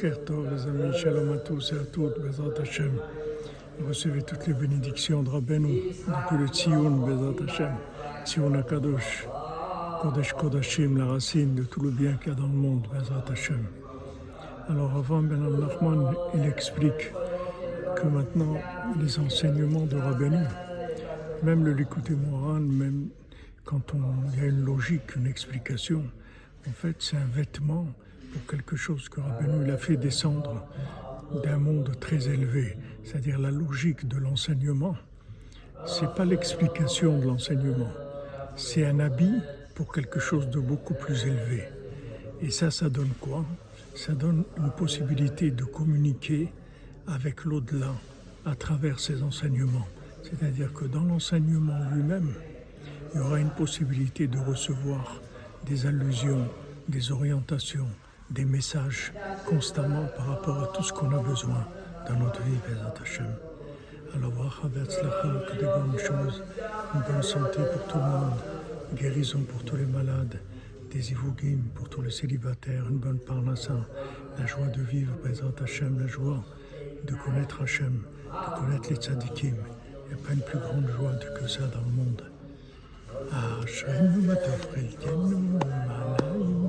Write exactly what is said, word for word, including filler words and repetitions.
Boker Tov, les amis, shalom à tous et à toutes, Bezrat Hashem. Recevez toutes les bénédictions de Rabbeinu, depuis le Tzion, Bezrat Hashem, Tzion HaKadosh, Kodesh Kodashim, la racine de tout le bien qu'il y a dans le monde, Bezrat Hashem. Alors avant, Ben Nachman, il explique que maintenant, les enseignements de Rabbeinu, même le Likutei Moharan, même quand on, il y a une logique, une explication, en fait, c'est un vêtement pour quelque chose que Rabbeinu il a fait descendre d'un monde très élevé. C'est-à-dire la logique de l'enseignement, c'est pas l'explication de l'enseignement, c'est un habit pour quelque chose de beaucoup plus élevé. Et ça, ça donne quoi? Ça donne une possibilité de communiquer avec l'au-delà à travers ces enseignements. C'est-à-dire que dans l'enseignement lui-même, il y aura une possibilité de recevoir des allusions, des orientations, des messages constamment par rapport à tout ce qu'on a besoin dans notre vie, Bezrat Hashem. Alors, que des bonnes choses, une bonne santé pour tout le monde, guérison pour tous les malades, des ivougim pour tous les célibataires, une bonne parnassa, la joie de vivre, Bezrat Hashem, la joie de connaître Hashem, de connaître les tzadikim. Il n'y a pas une plus grande joie que ça dans le monde. Ah,